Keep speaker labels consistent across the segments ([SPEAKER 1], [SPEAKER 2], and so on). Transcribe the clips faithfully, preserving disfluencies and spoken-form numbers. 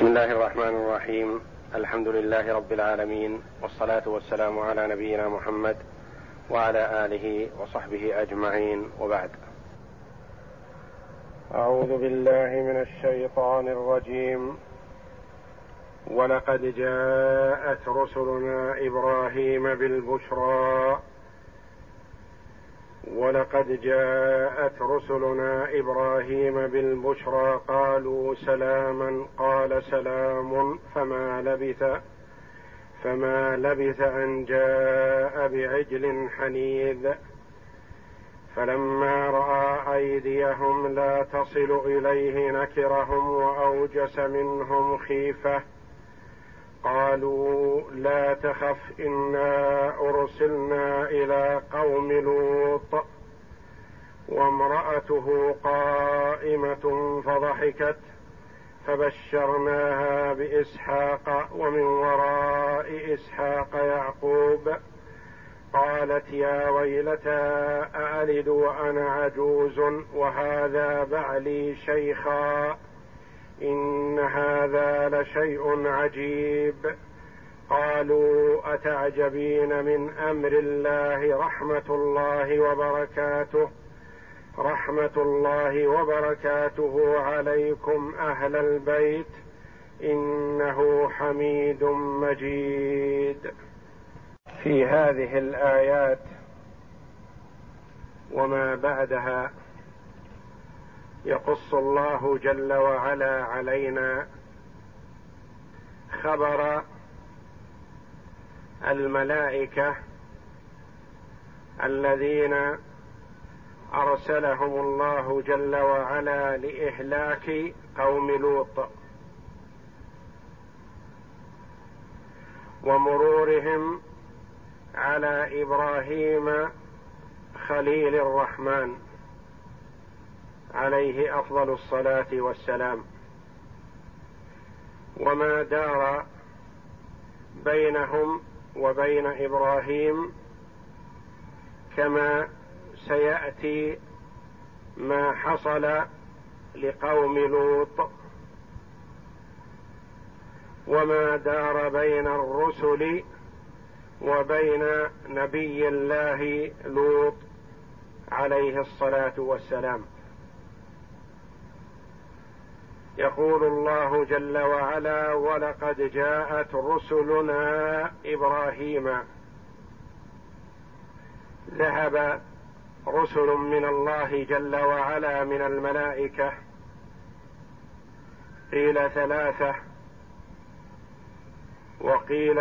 [SPEAKER 1] بسم الله الرحمن الرحيم. الحمد لله رب العالمين، والصلاة والسلام على نبينا محمد وعلى آله وصحبه أجمعين، وبعد. أعوذ بالله من الشيطان الرجيم. ولقد جاءت رسلنا إبراهيم بالبشرى ولقد جاءت رسلنا إبراهيم بالبشرى قالوا سلاما قال سلام فما لبث فما لبث أن جاء بعجل حنيذ فلما رأى أيديهم لا تصل إليه نكرهم وأوجس منهم خيفة قالوا لا تخف إنا أرسلنا إلى قوم لوط وامرأته قائمة فضحكت فبشرناها بإسحاق ومن وراء إسحاق يعقوب قالت يا ويلتى أألد وأنا عجوز وهذا بعلي شيخا إن هذا لشيء عجيب قالوا أتعجبين من أمر الله رحمة الله وبركاته رحمة الله وبركاته عليكم أهل البيت إنه حميد مجيد. في هذه الآيات وما بعدها يقص الله جل وعلا علينا خبر الملائكة الذين أرسلهم الله جل وعلا لإهلاك قوم لوط ومرورهم على إبراهيم خليل الرحمن عليه أفضل الصلاة والسلام، وما دار بينهم وبين إبراهيم كما سيأتي ما حصل لقوم لوط، وما دار بين الرسل وبين نبي الله لوط عليه الصلاة والسلام. يقول الله جل وعلا ولقد جاءت رسلنا إبراهيم. ذهب رسل من الله جل وعلا من الملائكة، قيل ثلاثة وقيل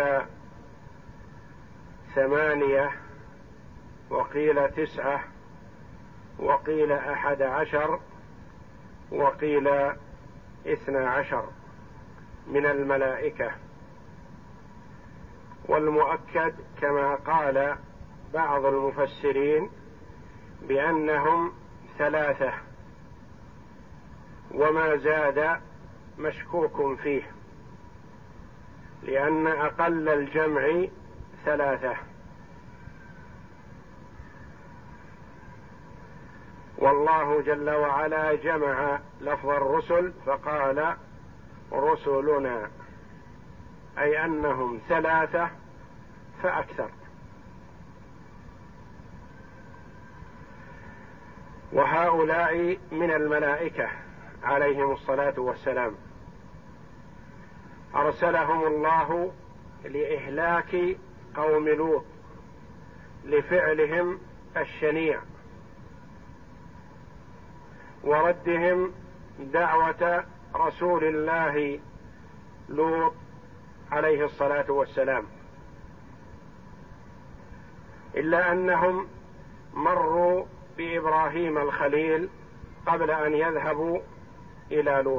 [SPEAKER 1] ثمانية وقيل تسعة وقيل أحد عشر وقيل اثنى عشر من الملائكة، والمؤكد كما قال بعض المفسرين بأنهم ثلاثة، وما زاد مشكوك فيه لأن أقل الجمع ثلاثة، والله جل وعلا جمع لفظ الرسل فقال رسلنا، أي أنهم ثلاثة فأكثر. وهؤلاء من الملائكة عليهم الصلاة والسلام أرسلهم الله لإهلاك قوم لوط لفعلهم الشنيع وردهم دعوة رسول الله لوط عليه الصلاة والسلام، إلا أنهم مروا بإبراهيم الخليل قبل أن يذهبوا إلى لوط.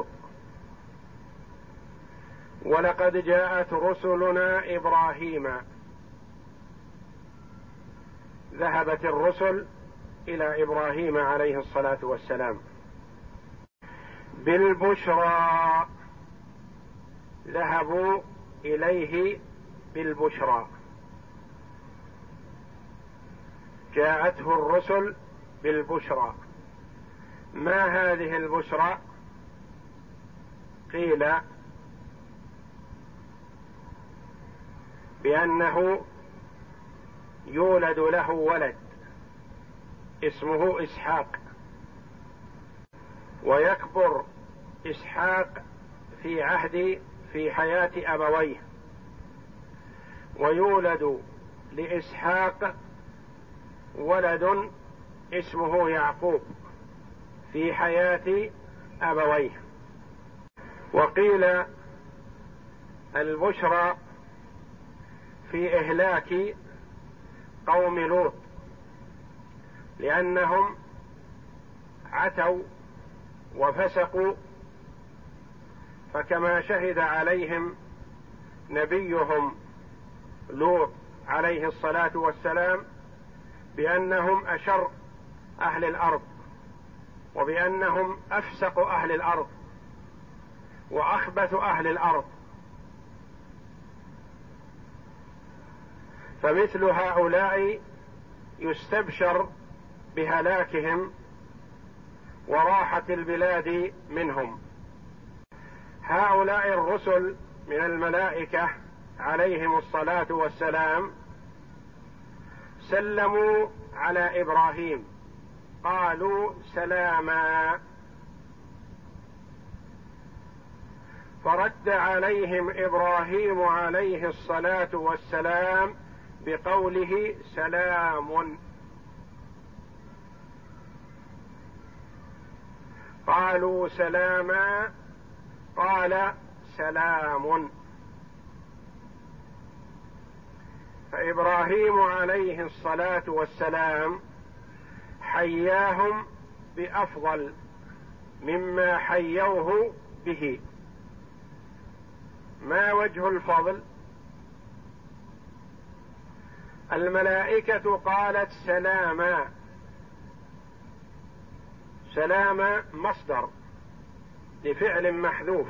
[SPEAKER 1] ولقد جاءت رسلنا إبراهيم، ذهبت الرسل إلى إبراهيم عليه الصلاة والسلام بالبشرى، ذهبوا إليه بالبشرى، جاءته الرسل بالبشرى. ما هذه البشرى؟ قيل بأنه يولد له ولد اسمه إسحاق، ويكبر إسحاق في عهد في حياة أبويه، ويولد لإسحاق ولد اسمه يعقوب في حياة أبويه. وقيل البشرى في إهلاك قوم لوط، لأنهم عتوا وفسقوا، فكما شهد عليهم نبيهم لوط عليه الصلاة والسلام بأنهم أشر أهل الأرض، وبأنهم أفسق أهل الأرض وأخبث أهل الأرض، فمثل هؤلاء يستبشر بهلاكهم وراحة البلاد منهم. هؤلاء الرسل من الملائكة عليهم الصلاة والسلام سلموا على إبراهيم، قالوا سلاما، فرد عليهم إبراهيم عليه الصلاة والسلام بقوله سلام. قالوا سلاما، قال سلام. فإبراهيم عليه الصلاة والسلام حياهم بأفضل مما حيوه به. ما وجه الفضل؟ الملائكة قالت سلاما، سلاما مصدر لفعل محذوف،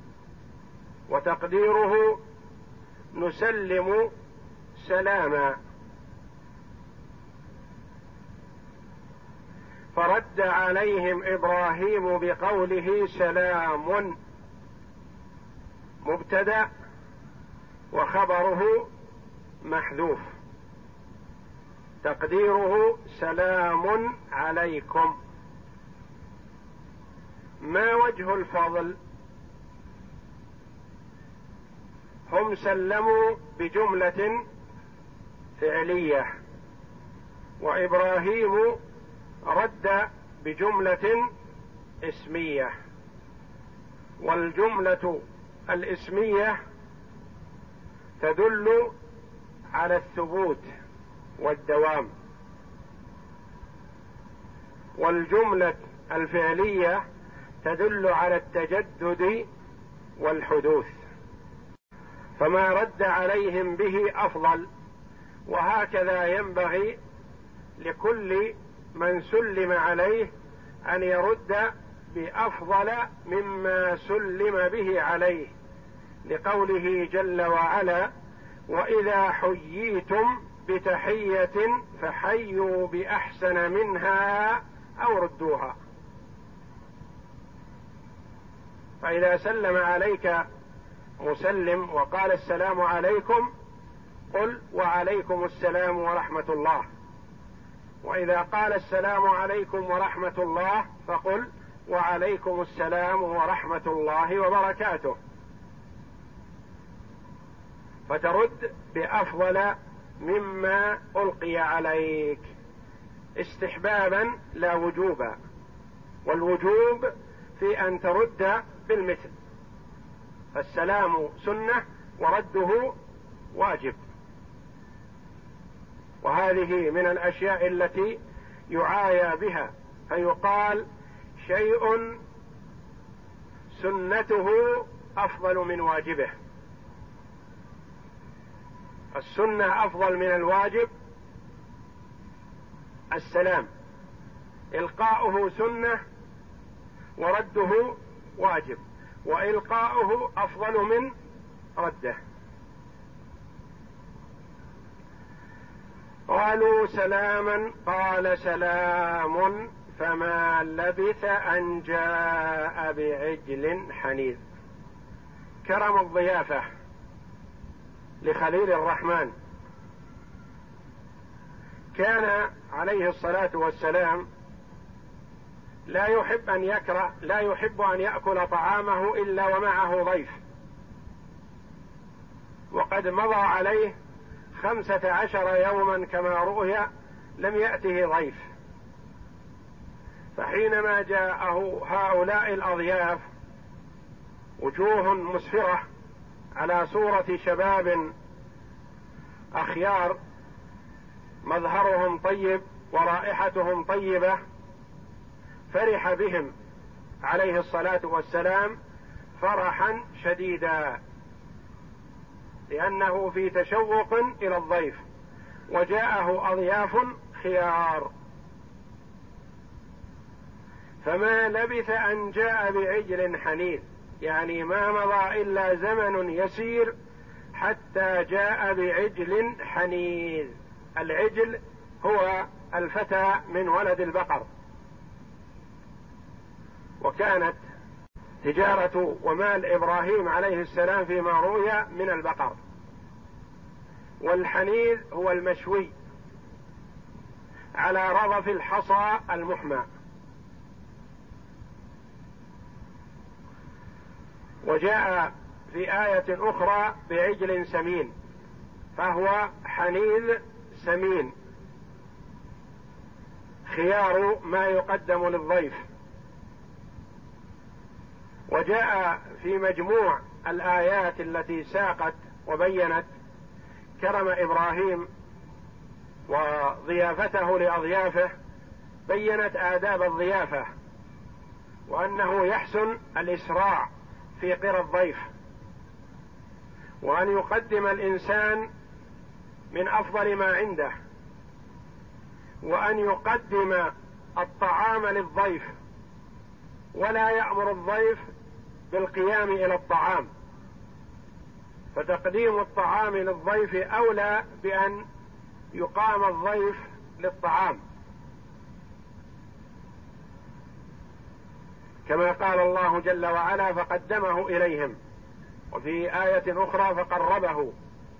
[SPEAKER 1] وتقديره نسلم سلاما. فرد عليهم إبراهيم بقوله سلام، مبتدأ وخبره محذوف، تقديره سلام عليكم. ما وجه الفضل؟ هم سلموا بجملة فعلية، وإبراهيم رد بجملة اسمية، والجملة الاسمية تدل على الثبوت والدوام، والجملة الفعلية تدل على التجدد والحدوث، فما رد عليهم به أفضل. وهكذا ينبغي لكل من سلم عليه أن يرد بأفضل مما سلم به عليه، لقوله جل وعلا وإذا حييتم بتحية فحيوا بأحسن منها أو ردوها. فإذا سلم عليك مسلم وقال السلام عليكم، قل وعليكم السلام ورحمة الله. وإذا قال السلام عليكم ورحمة الله فقل وعليكم السلام ورحمة الله وبركاته، فترد بأفضل مما ألقي عليك، استحبابا لا وجوبا، والوجوب في أن ترد بالمثل، فالسلام سنة ورده واجب. وهذه من الأشياء التي يعايى بها، فيقال شيء سنته أفضل من واجبه. السنة أفضل من الواجب. السلام إلقاؤه سنة ورده واجب، وإلقاؤه أفضل من رده. قالوا سلاما، قال سلام، فما لبث أن جاء بعجل حنيذ. كرم الضيافة لخليل الرحمن. كان عليه الصلاة والسلام لا يحب أن يكره لا يحب أن يأكل طعامه إلا ومعه ضيف، وقد مضى عليه خمسة عشر يوما كما رؤي لم يأته ضيف، فحينما جاءه هؤلاء الأضياف وجوه مسفرة على صورة شباب أخيار مظهرهم طيب ورائحتهم طيبة، فرح بهم عليه الصلاة والسلام فرحا شديدا، لأنه في تشوق إلى الضيف، وجاءه أضياف خيار. فما لبث أن جاء بعجل حنيذ، يعني ما مضى إلا زمن يسير حتى جاء بعجل حنيذ. العجل هو الفتى من ولد البقر، وكانت تجارة ومال إبراهيم عليه السلام فيما روي من البقر. والحنيذ هو المشوي على رضف الحصى المحمى. وجاء في آية أخرى بعجل سمين، فهو حنيذ سمين خيار ما يقدم للضيف. وجاء في مجموع الآيات التي ساقت وبينت كرم إبراهيم وضيافته لأضيافه، بينت آداب الضيافة، وأنه يحسن الإسراع في قرى الضيف، وأن يقدم الإنسان من أفضل ما عنده، وأن يقدم الطعام للضيف ولا يأمر الضيف بالقيام إلى الطعام، فتقديم الطعام للضيف أولى بأن يقام الضيف للطعام، كما قال الله جل وعلا فقدمه إليهم، وفي آية أخرى فقربه.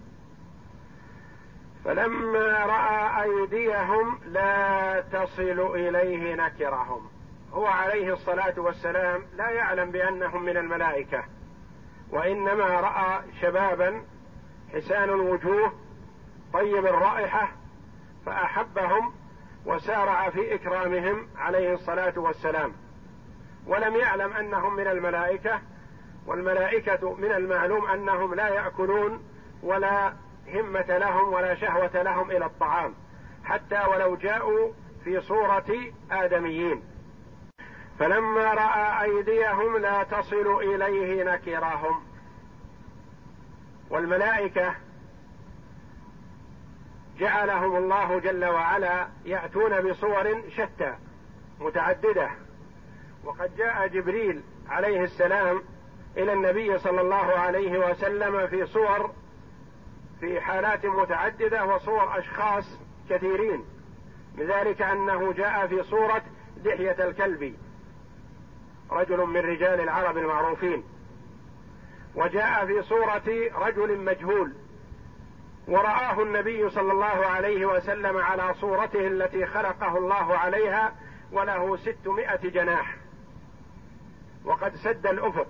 [SPEAKER 1] فلما رأى أيديهم لا تصل إليه نكرهم. هو عليه الصلاة والسلام لا يعلم بأنهم من الملائكة، وإنما رأى شبابا حسان الوجوه طيب الرائحة فأحبهم وسارع في إكرامهم عليه الصلاة والسلام، ولم يعلم أنهم من الملائكة. والملائكة من المعلوم أنهم لا يأكلون ولا همة لهم ولا شهوة لهم إلى الطعام، حتى ولو جاءوا في صورة آدميين. فلما رأى أيديهم لا تصل إليه نكرهم. والملائكة جعلهم الله جل وعلا يأتون بصور شتى متعددة، وقد جاء جبريل عليه السلام إلى النبي صلى الله عليه وسلم في صور في حالات متعددة وصور أشخاص كثيرين، لذلك أنه جاء في صورة دحية الكلب رجل من رجال العرب المعروفين، وجاء في صورة رجل مجهول، ورآه النبي صلى الله عليه وسلم على صورته التي خلقه الله عليها وله ستمائة جناح وقد سد الأفق.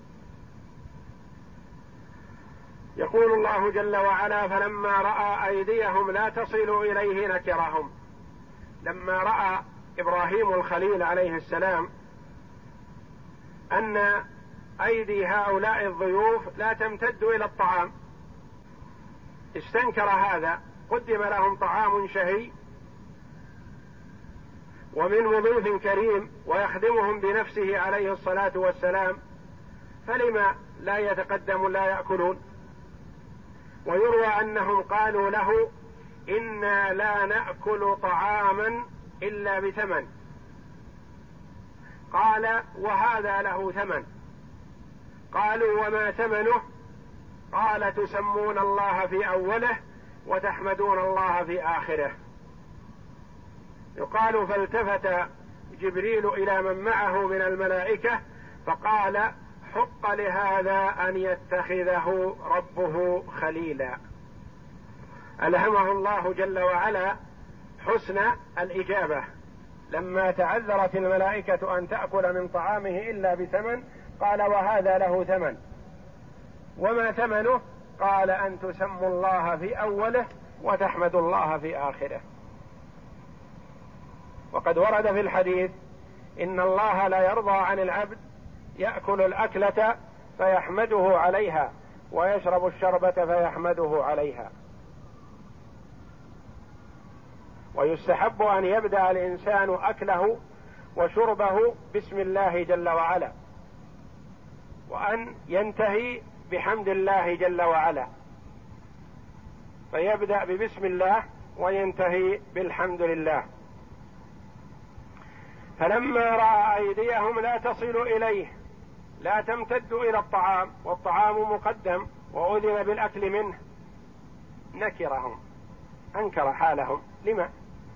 [SPEAKER 1] يقول الله جل وعلا فلما رأى أيديهم لا تصل إليه نكرهم. لما رأى إبراهيم الخليل عليه السلام أن أيدي هؤلاء الضيوف لا تمتد إلى الطعام استنكر هذا. قدم لهم طعام شهي ومن مضيف كريم ويخدمهم بنفسه عليه الصلاة والسلام، فلما لا يتقدم لا يأكلون؟ ويروى أنهم قالوا له إنا لا نأكل طعاما إلا بثمن. قال وهذا له ثمن. قالوا وما ثمنه؟ قال تسمون الله في أوله وتحمدون الله في آخره. يقال فالتفت جبريل إلى من معه من الملائكة فقال حق لهذا أن يتخذه ربه خليلا. ألهمه الله جل وعلا حسن الإجابة لما تعذرت الملائكة أن تأكل من طعامه إلا بثمن، قال وهذا له ثمن، وما ثمنه؟ قال أن تسموا الله في أوله وتحمدوا الله في آخره. وقد ورد في الحديث إن الله لا يرضى عن العبد يأكل الأكلة فيحمده عليها ويشرب الشربة فيحمده عليها. ويستحب أن يبدأ الإنسان أكله وشربه بسم الله جل وعلا، وأن ينتهي بحمد الله جل وعلا، فيبدأ ببسم الله وينتهي بالحمد لله. فلما رأى أيديهم لا تصل إليه، لا تمتد إلى الطعام والطعام مقدم وأذن بالأكل منه، نكرهم، أنكر حالهم. لما؟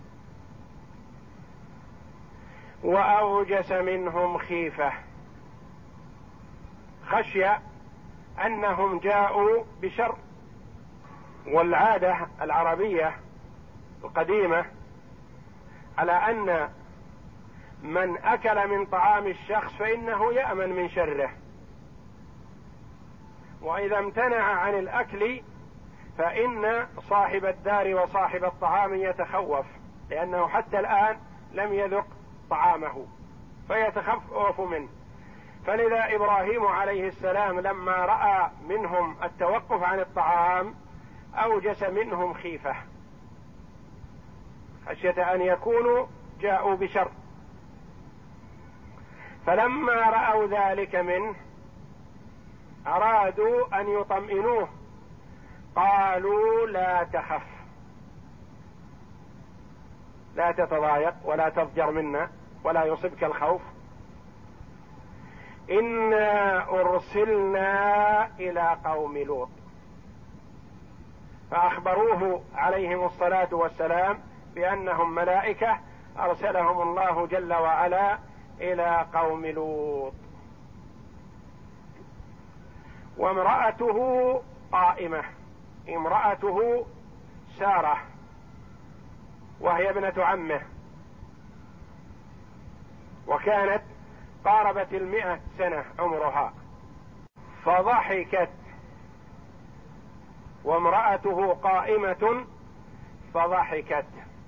[SPEAKER 1] وأوجس منهم خيفة، خشي أنهم جاءوا بشر. والعادة العربية القديمة على أن من أكل من طعام الشخص فإنه يأمن من شره، وإذا امتنع عن الأكل فإن صاحب الدار وصاحب الطعام يتخوف، لأنه حتى الآن لم يذق طعامه فيتخوف منه. فلذا إبراهيم عليه السلام لما رأى منهم التوقف عن الطعام أوجس منهم خيفة، خشية أن يكونوا جاءوا بشر. فلما رأوا ذلك منه أرادوا أن يطمئنوه، قالوا لا تخف، لا تتضايق ولا تضجر منا ولا يصبك الخوف، إنا أرسلنا إلى قوم لوط. فأخبروه عليهم الصلاة والسلام بأنهم ملائكة أرسلهم الله جل وعلا إلى قوم لوط. وامرأته قائمة، امرأته سارة وهي ابنة عمه، وكانت قاربت المئة سنة عمرها، فضحكت وامرأته قائمة فضحكت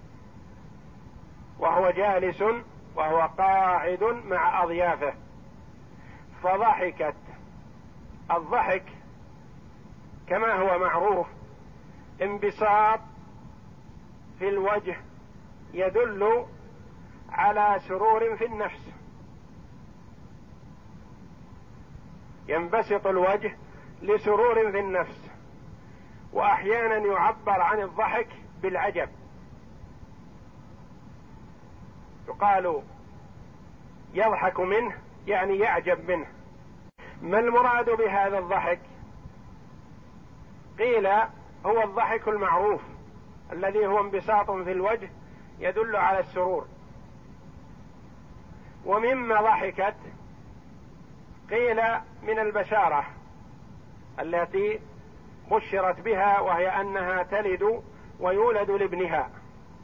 [SPEAKER 1] وهو جالس وهو قاعد مع أضيافه، فضحكت. الضحك كما هو معروف انبساط في الوجه يدل على سرور في النفس، ينبسط الوجه لسرور في النفس. وأحيانا يعبر عن الضحك بالعجب، يقال يضحك منه يعني يعجب منه. ما المراد بهذا الضحك؟ قيل هو الضحك المعروف الذي هو انبساط في الوجه يدل على السرور. ومما ضحكت قيل من البشارة التي بشرت بها، وهي أنها تلد ويولد لابنها،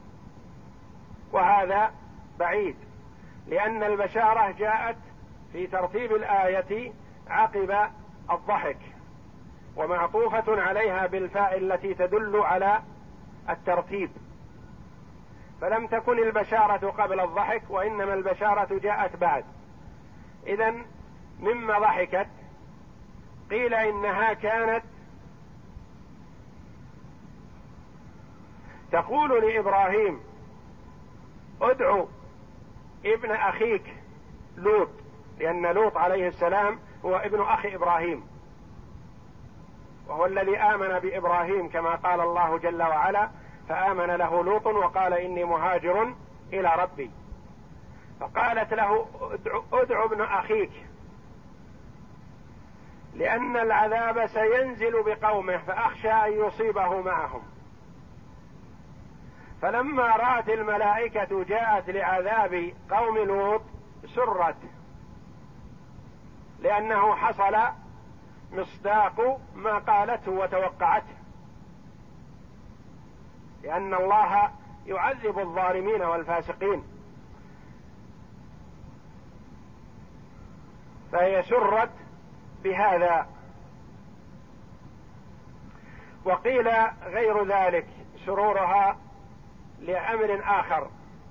[SPEAKER 1] وهذا بعيد، لأن البشارة جاءت في ترتيب الآية عقب الضحك، ومعطوفة عليها بالفاء التي تدل على الترتيب، فلم تكن البشارة قبل الضحك، وإنما البشارة جاءت بعد. إذن مما ضحكت قيل إنها كانت تقول لإبراهيم ادعو ابن أخيك لوط، لأن لوط عليه السلام هو ابن أخي إبراهيم، وهو الذي آمن بإبراهيم كما قال الله جل وعلا فآمن له لوط وقال إني مهاجر إلى ربي. فقالت له ادعو, ادعو ابن أخيك، لأن العذاب سينزل بقومه فأخشى أن يصيبه معهم. فلما رأت الملائكة جاءت لعذاب قوم لوط سرت، لأنه حصل مصداق ما قالته وتوقعته، لأن الله يعذب الظالمين والفاسقين، فهي سرت بهذا. وقيل غير ذلك، سرورها لأمر آخر.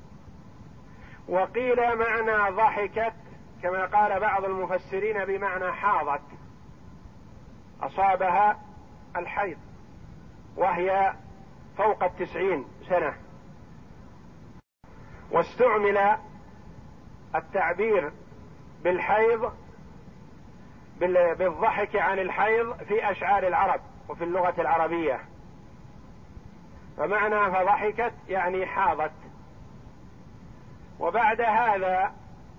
[SPEAKER 1] وقيل معنى ضحكت كما قال بعض المفسرين بمعنى حاضت، أصابها الحيض وهي فوق التسعين سنة. واستعمل التعبير بالحيض بالضحك عن الحيض في أشعار العرب وفي اللغة العربية، فمعنى فضحكت يعني حاضت. وبعد هذا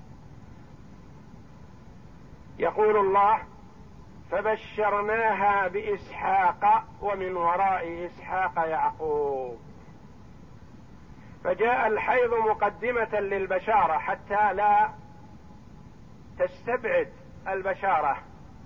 [SPEAKER 1] يقول الله: فبشرناها بإسحاق ومن وراء إسحاق يعقوب. فجاء الحيض مقدمة للبشارة حتى لا تستبعد البشارة.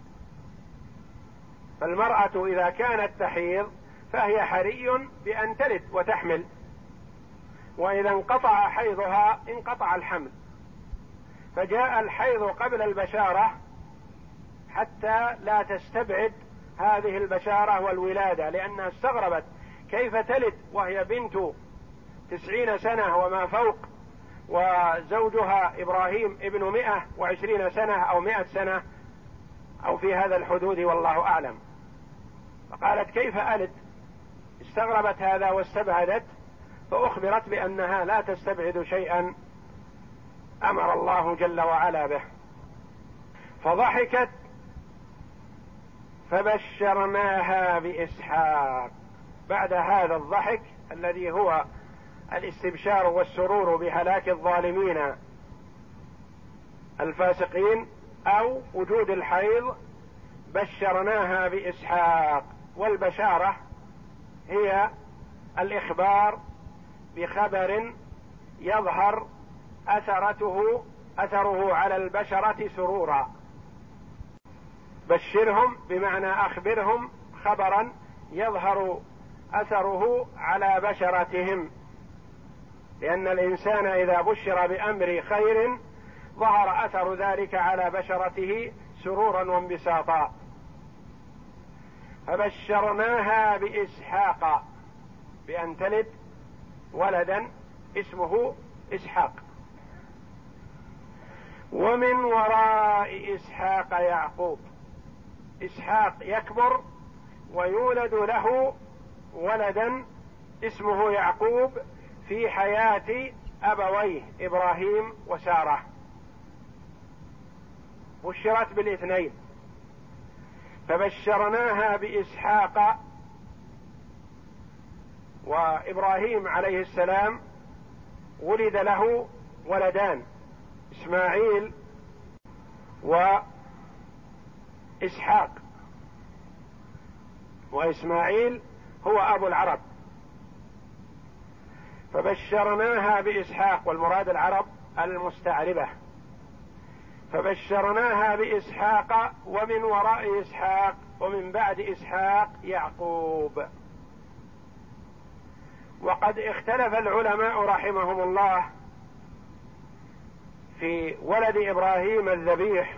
[SPEAKER 1] فالمرأة إذا كانت تحيض فهي حري بأن تلد وتحمل، وإذا انقطع حيضها انقطع الحمل. فجاء الحيض قبل البشارة حتى لا تستبعد هذه البشارة والولادة، لأنها استغربت كيف تلد وهي بنت تسعين سنة وما فوق، وزوجها إبراهيم ابن مئة وعشرين سنة أو مئة سنة أو في هذا الحدود والله أعلم. فقالت كيف ألد؟ استغربت هذا واستبعدت، فأخبرت بأنها لا تستبعد شيئا أمر الله جل وعلا به. فضحكت فبشرناها بإسحاق. بعد هذا الضحك الذي هو الاستبشار والسرور بهلاك الظالمين الفاسقين أو وجود الحيض، بشرناها بإسحاق. والبشارة هي الإخبار بخبر يظهر أثرته أثره على البشرة سرورا. بشرهم بمعنى أخبرهم خبرا يظهر أثره على بشرتهم، لأن الإنسان إذا بشر بأمر خير ظهر أثر ذلك على بشرته سرورا وانبساطا. فبشرناها بإسحاق بأن تلد ولدا اسمه إسحاق. ومن وراء إسحاق يعقوب. إسحاق يكبر ويولد له ولدا اسمه يعقوب في حياة أبويه إبراهيم وسارة. بشرت بالاثنين، فبشرناها بإسحاق. وإبراهيم عليه السلام ولد له ولدان، إسماعيل وإسحاق، وإسماعيل هو أبو العرب. فبشرناها بإسحاق، والمراد العرب المستعربة. فبشرناها بإسحاق ومن وراء إسحاق ومن بعد إسحاق يعقوب. وقد اختلف العلماء رحمهم الله في ولد إبراهيم الذبيح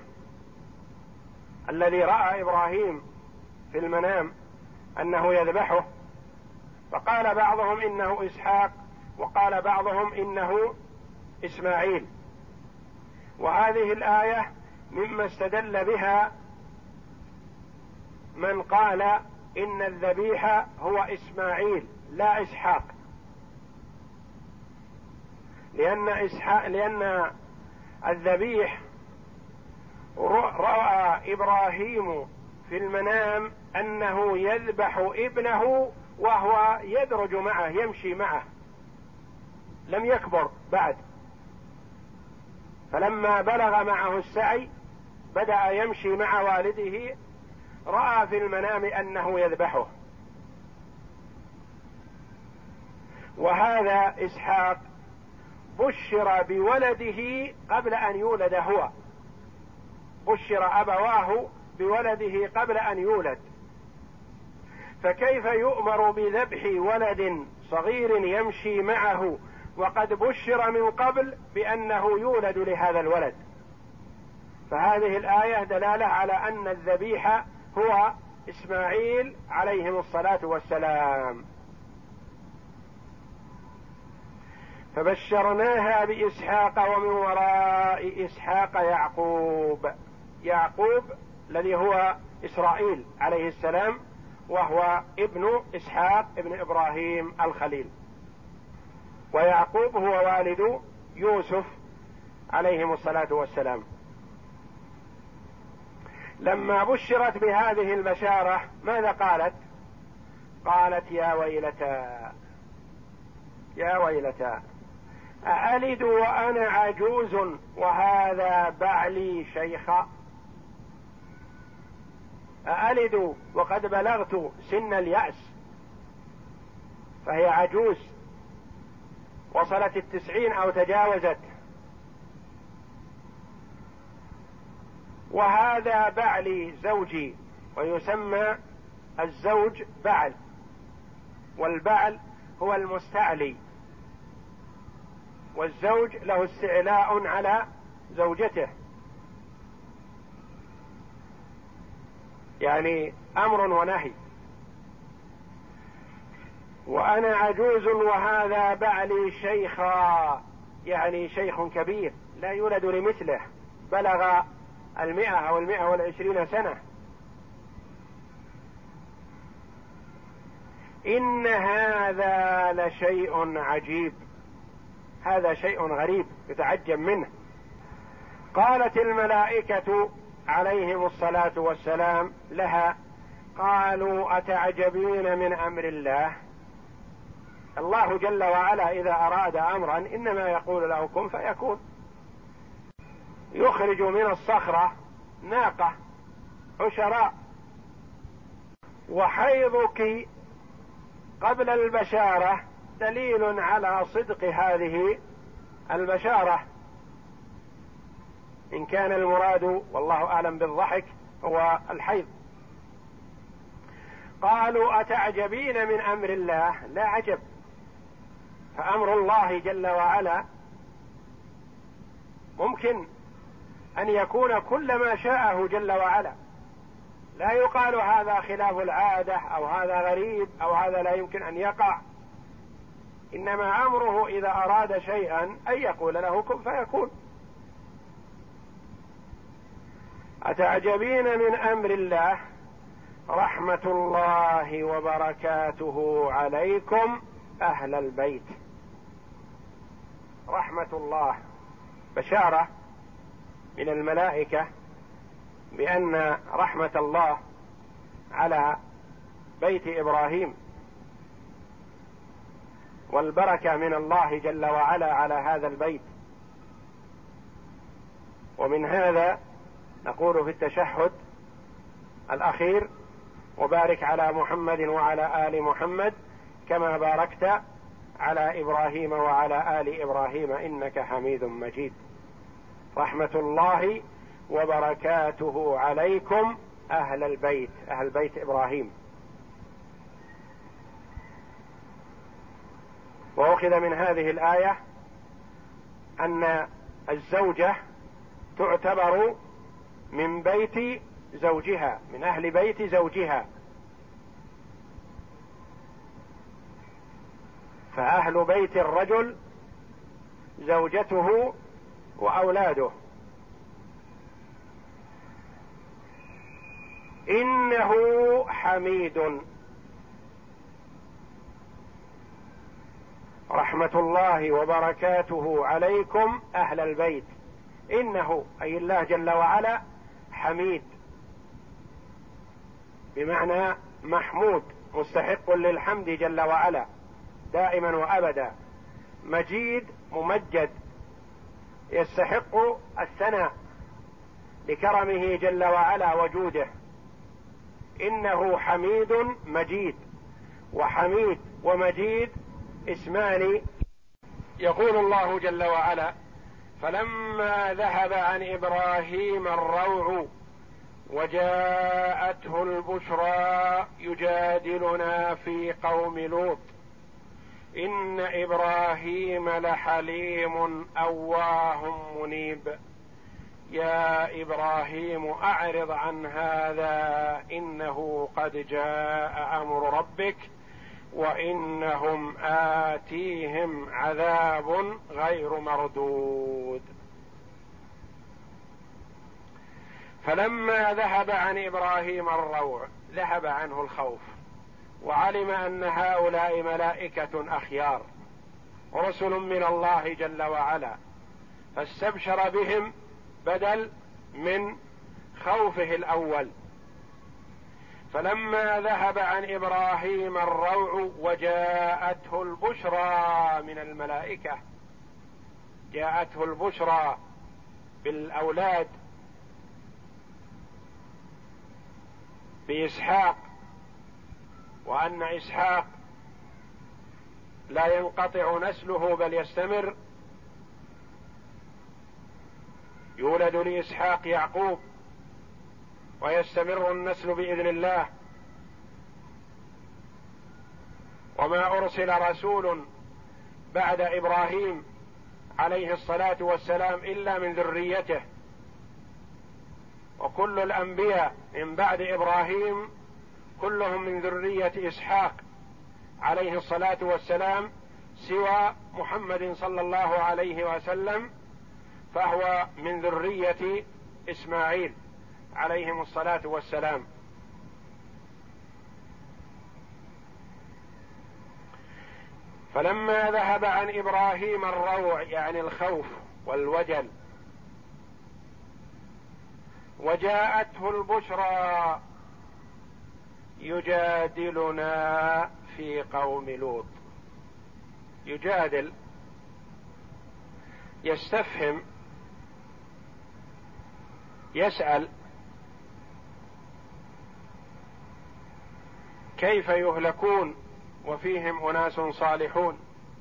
[SPEAKER 1] الذي رأى إبراهيم في المنام أنه يذبحه، فقال بعضهم إنه إسحاق وقال بعضهم إنه إسماعيل. وهذه الآية مما استدل بها من قال إن الذبيح هو إسماعيل لا إسحاق، لأن إسحاق لأن الذبيح رأى إبراهيم في المنام أنه يذبح ابنه وهو يدرج معه يمشي معه، لم يكبر بعد. فلما بلغ معه السعي بدأ يمشي مع والده، رأى في المنام أنه يذبحه. وهذا إسحاق بشر بولده قبل أن يولد هو، بشر أبواه بولده قبل أن يولد، فكيف يؤمر بذبح ولد صغير يمشي معه وقد بشر من قبل بأنه يولد لهذا الولد؟ فهذه الآية دلالة على أن الذبيح هو إسماعيل عليهم الصلاة والسلام. فبشرناها بإسحاق ومن وراء إسحاق يعقوب. يعقوب الذي هو إسرائيل عليه السلام، وهو ابن إسحاق ابن إبراهيم الخليل، ويعقوب هو والد يوسف عليهم الصلاة والسلام. لما بشرت بهذه البشارة ماذا قالت؟ قالت يا ويلتى يا ويلتى أألد وأنا عجوز وهذا بعلي شيخا؟ أألد وقد بلغت سن اليأس، فهي عجوز وصلت التسعين أو تجاوزت، وهذا بعلي زوجي، ويسمى الزوج بعل، والبعل هو المستعلي، والزوج له استعلاء على زوجته، يعني أمر ونهي. وأنا عجوز وهذا بعلي شيخا، يعني شيخ كبير لا يولد لمثله، بلغ المئة أو المئة والعشرين سنة. إن هذا لشيء عجيب، هذا شيء غريب يتعجب منه. قالت الملائكة عليهم الصلاة والسلام لها قالوا أتعجبين من أمر الله؟ الله جل وعلا إذا أراد أمرا إنما يقول له كن فيكون. يخرج من الصخرة ناقة عشراء، وحيضك قبل البشارة دليل على صدق هذه البشارة، إن كان المراد والله أعلم بالضحك هو الحيض. قالوا أتعجبين من أمر الله؟ لا عجب، فأمر الله جل وعلا ممكن أن يكون كل ما شاءه جل وعلا، لا يقال هذا خلاف العادة أو هذا غريب أو هذا لا يمكن أن يقع، إنما أمره إذا أراد شيئا أن يقول له كن فيكون. أتعجبين من أمر الله رحمة الله وبركاته عليكم أهل البيت. رحمة الله بشارة من الملائكة بأن رحمة الله على بيت إبراهيم، والبركة من الله جل وعلا على هذا البيت. ومن هذا نقول في التشهد الأخير وبارك على محمد وعلى آل محمد كما باركت على إبراهيم وعلى آل إبراهيم إنك حميد مجيد. رحمة الله وبركاته عليكم أهل البيت، أهل بيت إبراهيم. وأخذ من هذه الآية أن الزوجة تعتبر من بيت زوجها، من أهل بيت زوجها، فأهل بيت الرجل زوجته وأولاده. إنه حميد. رحمة الله وبركاته عليكم أهل البيت. إنه أي الله جل وعلا حميد، بمعنى محمود مستحق للحمد جل وعلا دائما وأبدا. مجيد ممجد يستحق الثناء لكرمه جل وعلا وجوده. إنه حميد مجيد، وحميد ومجيد اسمان. يقول الله جل وعلا فلما ذهب عن إبراهيم الروع وجاءته البشرى يجادلنا في قوم لوط إن إبراهيم لحليم أواه منيب يا إبراهيم أعرض عن هذا إنه قد جاء أمر ربك وإنهم آتيهم عذاب غير مردود. فلما ذهب عن إبراهيم الروع ذهب عنه الخوف، وعلم أن هؤلاء ملائكة أخيار رسل من الله جل وعلا، فاستبشر بهم بدل من خوفه الأول. فلما ذهب عن إبراهيم الروع وجاءته البشرى من الملائكة، جاءته البشرى بالأولاد بإسحاق، وأن إسحاق لا ينقطع نسله بل يستمر، يولد لإسحاق يعقوب ويستمر النسل بإذن الله. وما أرسل رسول بعد إبراهيم عليه الصلاة والسلام إلا من ذريته، وكل الأنبياء من بعد إبراهيم كلهم من ذرية إسحاق عليه الصلاة والسلام، سوى محمد صلى الله عليه وسلم فهو من ذرية إسماعيل عليهم الصلاة والسلام. فلما ذهب عن إبراهيم الروع يعني الخوف والوجل وجاءته البشرى يجادلنا في قوم لوط. يجادل يستفهم يسأل كيف يهلكون وفيهم أناس صالحون؟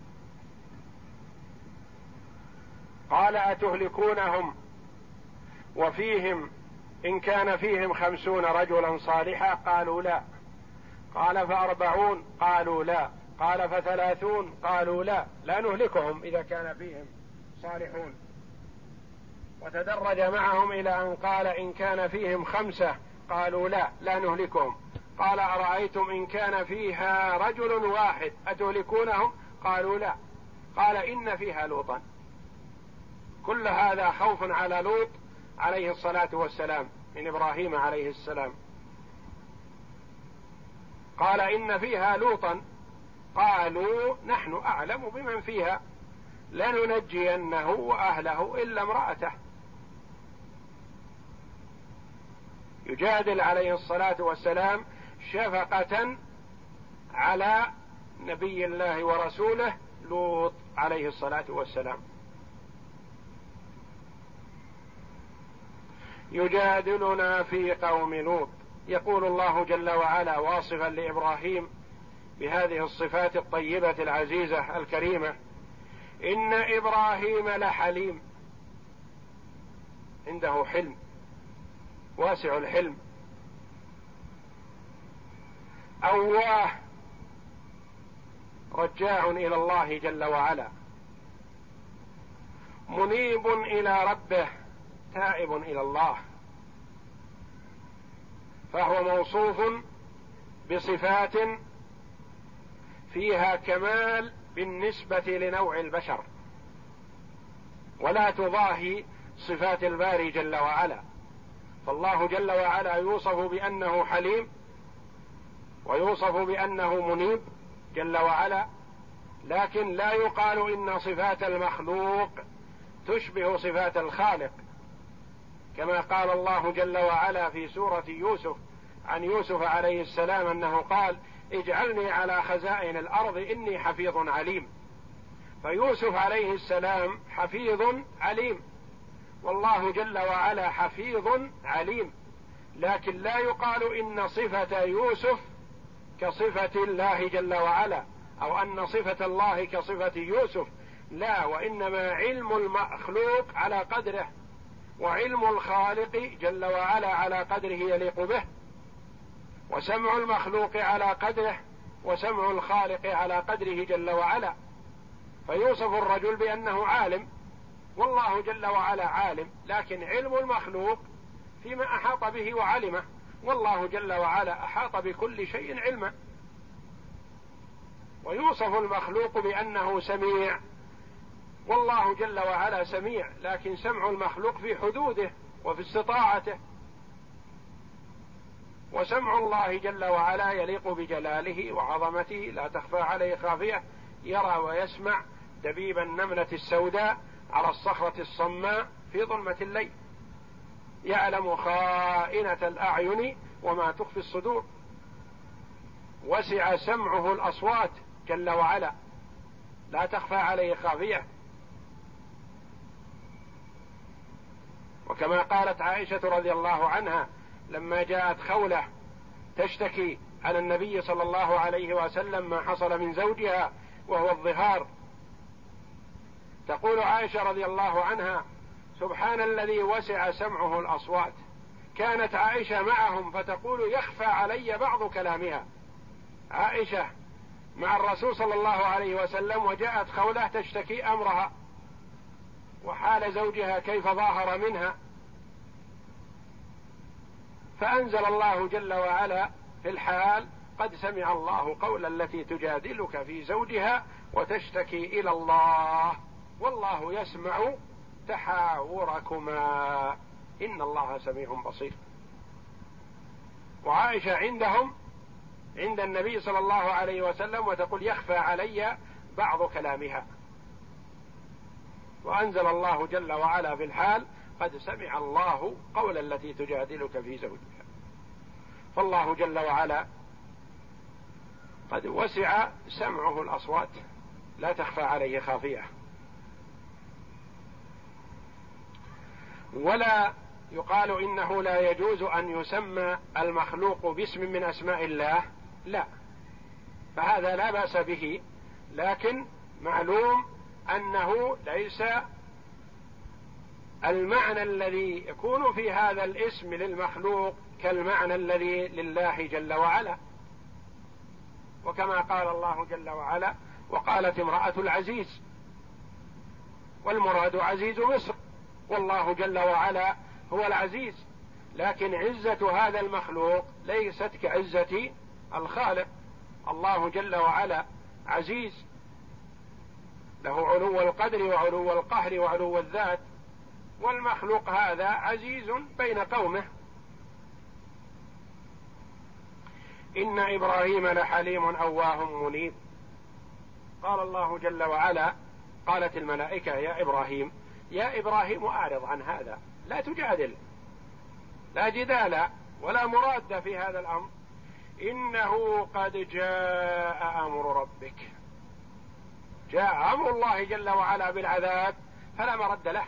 [SPEAKER 1] قال أتهلكونهم وفيهم إن كان فيهم خمسون رجلا صالحا؟ قالوا لا. قال فأربعون؟ قالوا لا. قال فثلاثون؟ قالوا لا. لا نهلكهم إذا كان فيهم صالحون. وتدرج معهم إلى أن قال إن كان فيهم خمسة؟ قالوا لا لا نهلكهم. قال أرأيتم إن كان فيها رجل واحد أتهلكونهم؟ قالوا لا. قال إن فيها لوطا. كل هذا خوف على لوط عليه الصلاة والسلام من إبراهيم عليه السلام. قال إن فيها لوطا. قالوا نحن أعلم بمن فيها لننجينه وأهله إلا امرأته. يجادل عليه الصلاة والسلام شفقة على نبي الله ورسوله لوط عليه الصلاة والسلام. يجادلنا في قوم لوط. يقول الله جل وعلا واصفا لإبراهيم بهذه الصفات الطيبة العزيزة الكريمة: إن إبراهيم لحليم، عنده حلم واسع الحلم، أواه رجاع إلى الله جل وعلا، منيب إلى ربه تائب إلى الله. فهو موصوف بصفات فيها كمال بالنسبة لنوع البشر، ولا تضاهي صفات الباري جل وعلا. فالله جل وعلا يوصف بأنه حليم، ويوصف بأنه منيب جل وعلا، لكن لا يقال إن صفات المخلوق تشبه صفات الخالق، كما قال الله جل وعلا في سورة يوسف عن يوسف عليه السلام أنه قال: اجعلني على خزائن الأرض إني حفيظ عليم. فيوسف عليه السلام حفيظ عليم، والله جل وعلا حفيظ عليم، لكن لا يقال إن صفة يوسف كصفة الله جل وعلا، أو أن صفة الله كصفة يوسف، لا، وإنما علم المخلوق على قدره، وعلم الخالق جل وعلا على قدره يليق به، وسمع المخلوق على قدره، وسمع الخالق على قدره جل وعلا. فيوصف الرجل بأنه عالم، والله جل وعلا عالم، لكن علم المخلوق فيما أحاط به وعلمه، والله جل وعلا أحاط بكل شيء علما. ويوصف المخلوق بأنه سميع، والله جل وعلا سميع، لكن سمع المخلوق في حدوده وفي استطاعته، وسمع الله جل وعلا يليق بجلاله وعظمته، لا تخفى عليه خافية، يرى ويسمع دبيب النملة السوداء على الصخرة الصماء في ظلمة الليل، يعلم خائنة الأعين وما تخفي الصدور. وسع سمعه الأصوات جل وعلا، لا تخفى عليه خافية. وكما قالت عائشة رضي الله عنها لما جاءت خولة تشتكي على النبي صلى الله عليه وسلم ما حصل من زوجها وهو الظهار، تقول عائشة رضي الله عنها: سبحان الذي وسع سمعه الأصوات. كانت عائشة معهم فتقول: يخفى علي بعض كلامها. عائشة مع الرسول صلى الله عليه وسلم، وجاءت خولة تشتكي أمرها وحال زوجها كيف ظاهر منها، فأنزل الله جل وعلا في الحال: قد سمع الله قول التي تجادلك في زوجها وتشتكي إلى الله والله يسمع تحاوركما إن الله سميع بصير. وعائشة عندهم عند النبي صلى الله عليه وسلم وتقول: يخفى علي بعض كلامها. وأنزل الله جل وعلا في الحال: قد سمع الله قول التي تجادلك في زوجها. فالله جل وعلا قد وسع سمعه الأصوات، لا تخفى عليه خافية. ولا يقال إنه لا يجوز أن يسمى المخلوق باسم من أسماء الله، لا، فهذا لا بأس به، لكن معلوم أنه ليس المعنى الذي يكون في هذا الاسم للمخلوق كالمعنى الذي لله جل وعلا. وكما قال الله جل وعلا: وقالت امرأة العزيز، والمراد عزيز مصر، والله جل وعلا هو العزيز، لكن عزة هذا المخلوق ليست كعزة الخالق. الله جل وعلا عزيز، له علو القدر وعلو القهر وعلو الذات، والمخلوق هذا عزيز بين قومه. إن إبراهيم لحليم أواه منيب. قال الله جل وعلا: قالت الملائكة: يا إبراهيم يا إبراهيم أعرض عن هذا، لا تجادل، لا جدال ولا مراد في هذا الأمر، إنه قد جاء أمر ربك. جاء أمر الله جل وعلا بالعذاب فلا مرد له،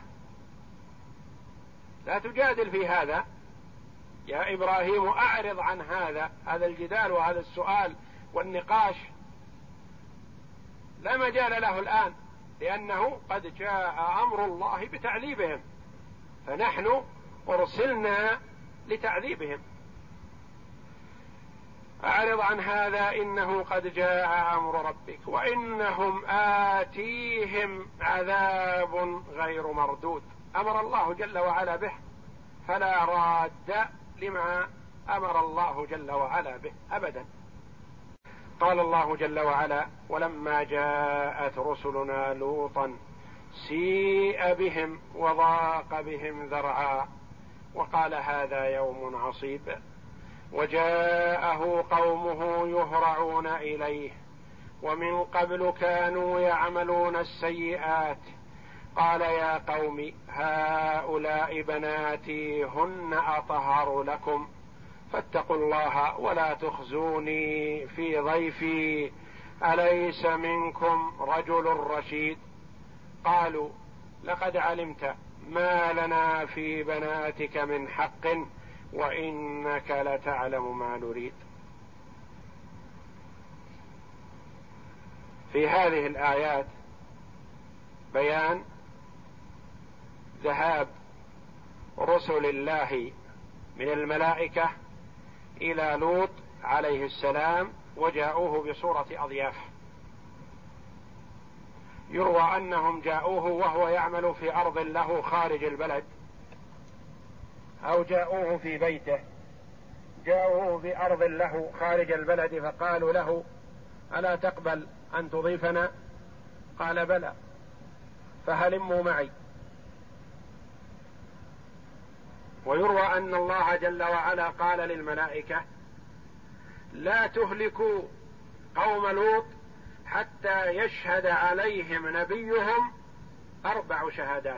[SPEAKER 1] لا تجادل في هذا. يا إبراهيم أعرض عن هذا، هذا الجدال وهذا السؤال والنقاش لا مجال له الآن، لأنه قد جاء أمر الله بتعذيبهم، فنحن أرسلنا لتعذيبهم. أعرض عن هذا إنه قد جاء أمر ربك وإنهم آتيهم عذاب غير مردود. أمر الله جل وعلا به، فلا راد لما أمر الله جل وعلا به أبدا. قال الله جل وعلا: ولما جاءت رسلنا لوطا سيء بهم وضاق بهم ذرعا وقال هذا يوم عصيب وجاءه قومه يهرعون إليه ومن قبل كانوا يعملون السيئات قال يا قوم هؤلاء بناتي هن أطهر لكم فاتقوا الله ولا تخزوني في ضيفي أليس منكم رجل رشيد. قالوا لقد علمت ما لنا في بناتك من حق وإنك لتعلم ما نريد. في هذه الآيات بيان ذهاب رسل الله من الملائكة إلى لوط عليه السلام وجاءوه بصورة أضياف. يروى أنهم جاءوه وهو يعمل في أرض له خارج البلد، أو جاءوه في بيته، جاءوه في أرض له خارج البلد فقالوا له: ألا تقبل أن تضيفنا؟ قال: بلى، فهلموا معي. ويروى أن الله جل وعلا قال للملائكة: لا تهلكوا قوم لوط حتى يشهد عليهم نبيهم أربع شهادات،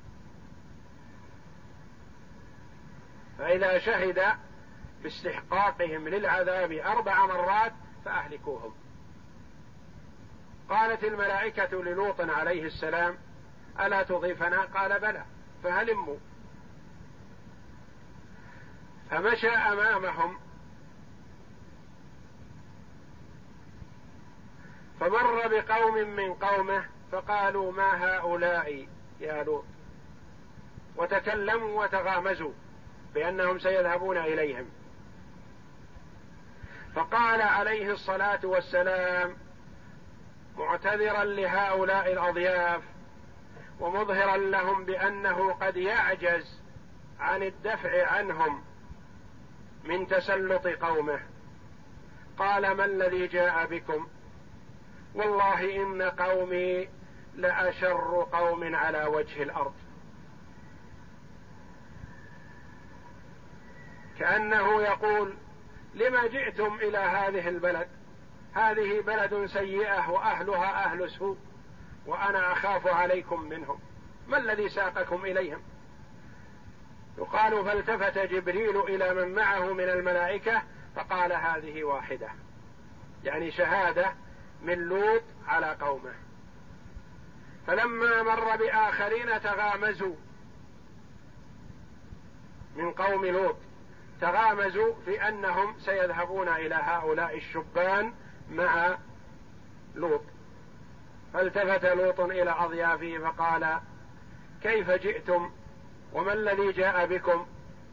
[SPEAKER 1] فإذا شهد باستحقاقهم للعذاب أربع مرات فأهلكوهم. قالت الملائكة للوط عليه السلام: ألا تضيفنا؟ قال: بلى، فهلموا. فمشى أمامهم فمر بقوم من قومه فقالوا: ما هؤلاء يا لوط، وتكلموا وتغامزوا بأنهم سيذهبون إليهم. فقال عليه الصلاة والسلام معتذرا لهؤلاء الأضياف ومظهرا لهم بأنه قد يعجز عن الدفع عنهم من تسلط قومه، قال: ما الذي جاء بكم؟ والله إن قومي لأشر قوم على وجه الأرض. كأنه يقول: لما جئتم إلى هذه البلد؟ هذه بلد سيئة وأهلها أهل سوء، وأنا أخاف عليكم منهم، ما الذي ساقكم إليهم؟ يقال: فالتفت جبريل إلى من معه من الملائكة فقال: هذه واحدة، يعني شهادة من لوط على قومه. فلما مر بآخرين تغامزوا من قوم لوط، تغامزوا في أنهم سيذهبون إلى هؤلاء الشبان مع لوط، فالتفت لوط إلى أضيافه فقال: كيف جئتم وما الذي جاء بكم؟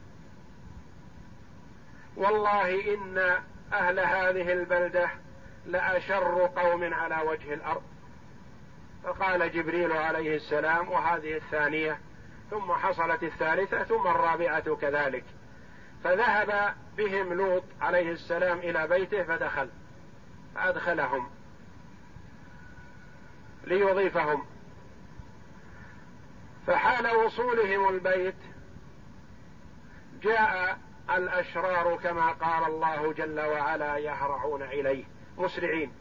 [SPEAKER 1] والله إن أهل هذه البلدة لأشر قوم على وجه الأرض. فقال جبريل عليه السلام: وهذه الثانية، ثم حصلت الثالثة، ثم الرابعة كذلك. فذهب بهم لوط عليه السلام إلى بيته فدخل فأدخلهم ليضيفهم. فحال وصولهم البيت جاء الأشرار كما قال الله جل وعلا: يهرعون إليه مسرعين.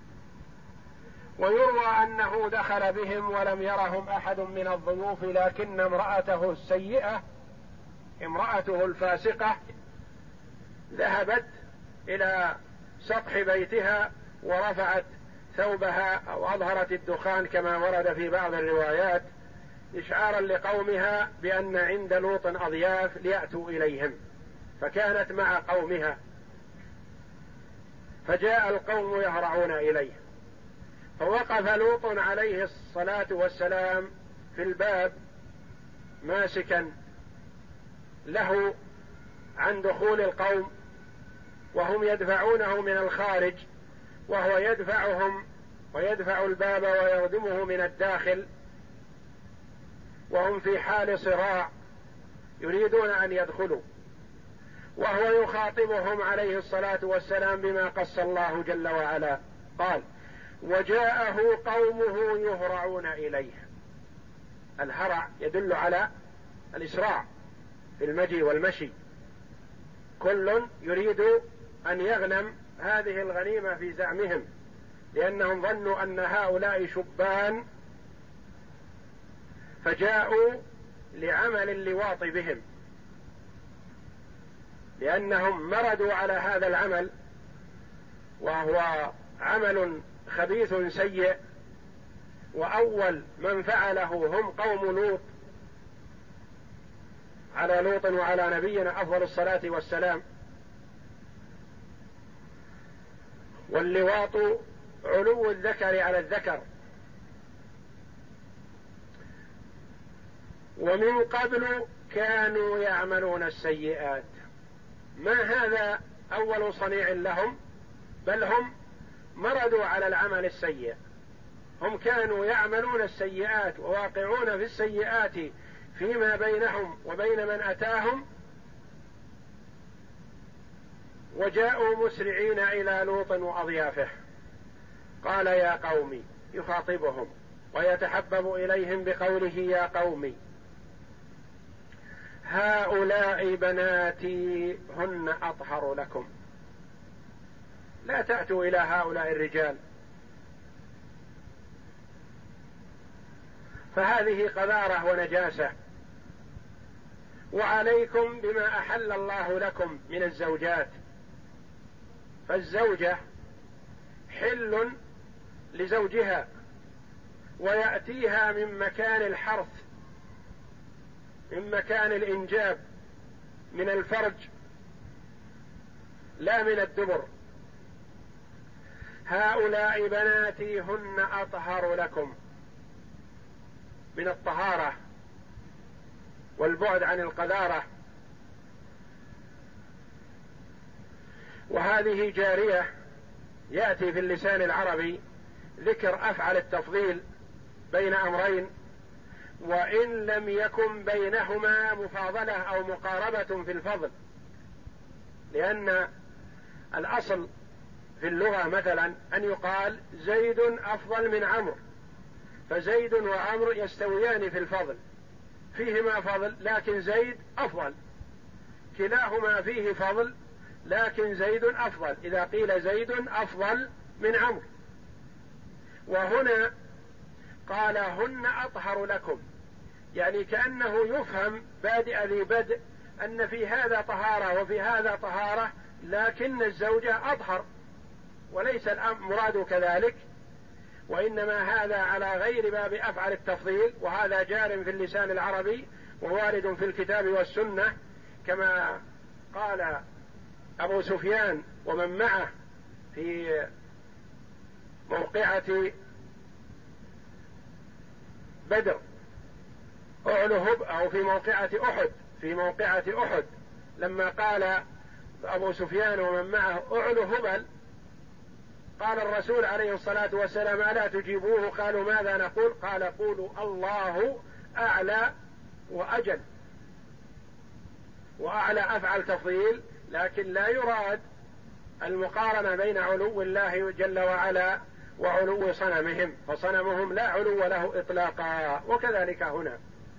[SPEAKER 1] ويروى أنه دخل بهم ولم يرهم أحد من الضيوف، لكن امرأته السيئة، امرأته الفاسقة، ذهبت إلى سطح بيتها ورفعت ثوبها أو أظهرت الدخان كما ورد في بعض الروايات، إشعارا لقومها بأن عند لوط أضياف ليأتوا إليهم، فكانت مع قومها. فجاء القوم يهرعون إليه، فوقف لوط عليه الصلاة والسلام في الباب ماسكا له عن دخول القوم، وهم يدفعونه من الخارج، وهو يدفعهم ويدفع الباب ويردمه من الداخل، وهم في حال صراع يريدون أن يدخلوا، وهو يخاطبهم عليه الصلاة والسلام بما قص الله جل وعلا. قال: وجاءه قومه يهرعون إليه. الهرع يدل على الإسراع في المجيء والمشي، كل يريد أن يغنم هذه الغنيمة في زعمهم، لأنهم ظنوا أن هؤلاء شبان فجاءوا لعمل اللواط بهم، لأنهم مردوا على هذا العمل، وهو عمل خبيث سيء، وأول من فعله هم قوم لوط على لوط وعلى نبينا أفضل الصلاة والسلام. واللواط علو الذكر على الذكر، ومن قبل كانوا يعملون السيئات. ما هذا أول صنيع لهم، بل هم مردوا على العمل السيء. هم كانوا يعملون السيئات وواقعون في السيئات فيما بينهم وبين من أتاهم، وجاءوا مسرعين إلى لوط وأضيافه. قال يا قوم، يخاطبهم ويتحبب إليهم بقوله يا قوم هؤلاء بناتي هن أطهر لكم. لا تأتوا إلى هؤلاء الرجال، فهذه قذارة ونجاسة، وعليكم بما أحل الله لكم من الزوجات. فالزوجة حل لزوجها، ويأتيها من مكان الحرث، من مكان الإنجاب، من الفرج لا من الدبر. هؤلاء بناتي هن أطهر لكم، من الطهارة والبعد عن القذارة. وهذه جارية يأتي في اللسان العربي ذكر أفعل التفضيل بين أمرين، وإن لم يكن بينهما مفاضلة أو مقاربة في الفضل، لأن الأصل في اللغة مثلا أن يقال زيد أفضل من عمرو، فزيد وعمرو يستويان في الفضل، فيهما فضل لكن زيد أفضل، كلاهما فيه فضل لكن زيد أفضل، إذا قيل زيد أفضل من عمرو. وهنا قال هن أطهر لكم، يعني كأنه يفهم بادئ ذي بدء أن في هذا طهارة وفي هذا طهارة، لكن الزوجة أطهر، وليس المراد كذلك، وإنما هذا على غير باب أفعل التفضيل، وهذا جار في اللسان العربي ووارد في الكتاب والسنة، كما قال أبو سفيان ومن معه في موقعة بدر أعلو هب أو في موقعة أحد في موقعة أحد لما قال أبو سفيان ومن معه أعلو هبل، قال الرسول عليه الصلاة والسلام ألا تجيبوه؟ قالوا ماذا نقول؟ قال قولوا الله أعلى وأجل. وأعلى أفعل تفضيل، لكن لا يراد المقارنة بين علو الله جل وعلا وعلو صنمهم، فصنمهم لا علو له إطلاقا. وكذلك هنا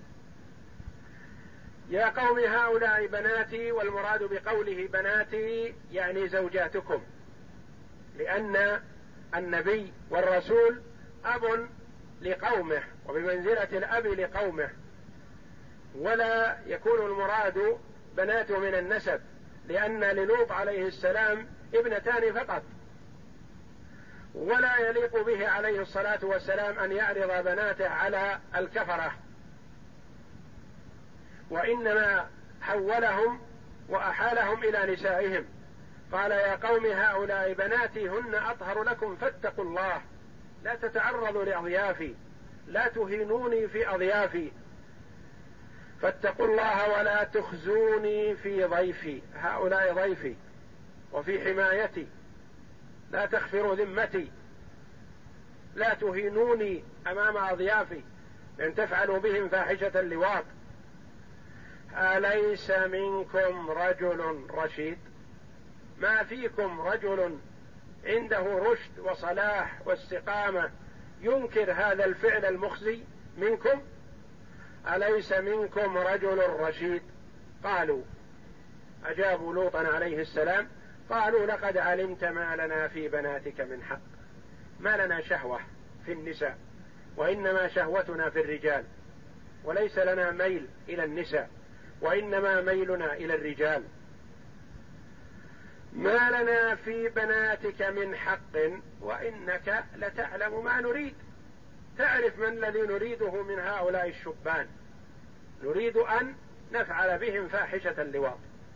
[SPEAKER 1] يا قوم هؤلاء بناتي، والمراد بقوله بناتي يعني زوجاتكم، لأن النبي والرسول أب لقومه وبمنزلة الأب لقومه، ولا يكون المراد بناته من النسب، لأن للوط عليه السلام ابنتان فقط، ولا يليق به عليه الصلاة والسلام أن يعرض بناته على الكفرة، وإنما حولهم وأحالهم إلى نسائهم. قال يا قوم هؤلاء بناتي هن أطهر لكم فاتقوا الله، لا تتعرضوا لأضيافي، لا تهينوني في أضيافي، فاتقوا الله ولا تخزوني في ضيفي، هؤلاء ضيفي وفي حمايتي، لا تخفروا ذمتي، لا تهينوني أمام أضيافي لأن تفعلوا بهم فاحشة اللواط. أليس منكم رجل رشيد؟ ما فيكم رجل عنده رشد وصلاح واستقامة ينكر هذا الفعل المخزي منكم؟ أليس منكم رجل رشيد؟ قالوا، أجابوا لوطا عليه السلام قالوا لقد علمت ما لنا في بناتك من حق، ما لنا شهوة في النساء، وإنما شهوتنا في الرجال، وليس لنا ميل إلى النساء، وإنما ميلنا إلى الرجال. ما لنا في بناتك من حق وإنك لتعلم ما نريد، تعرف من الذي نريده من هؤلاء الشبان، نريد أن نفعل بهم فاحشة اللواط،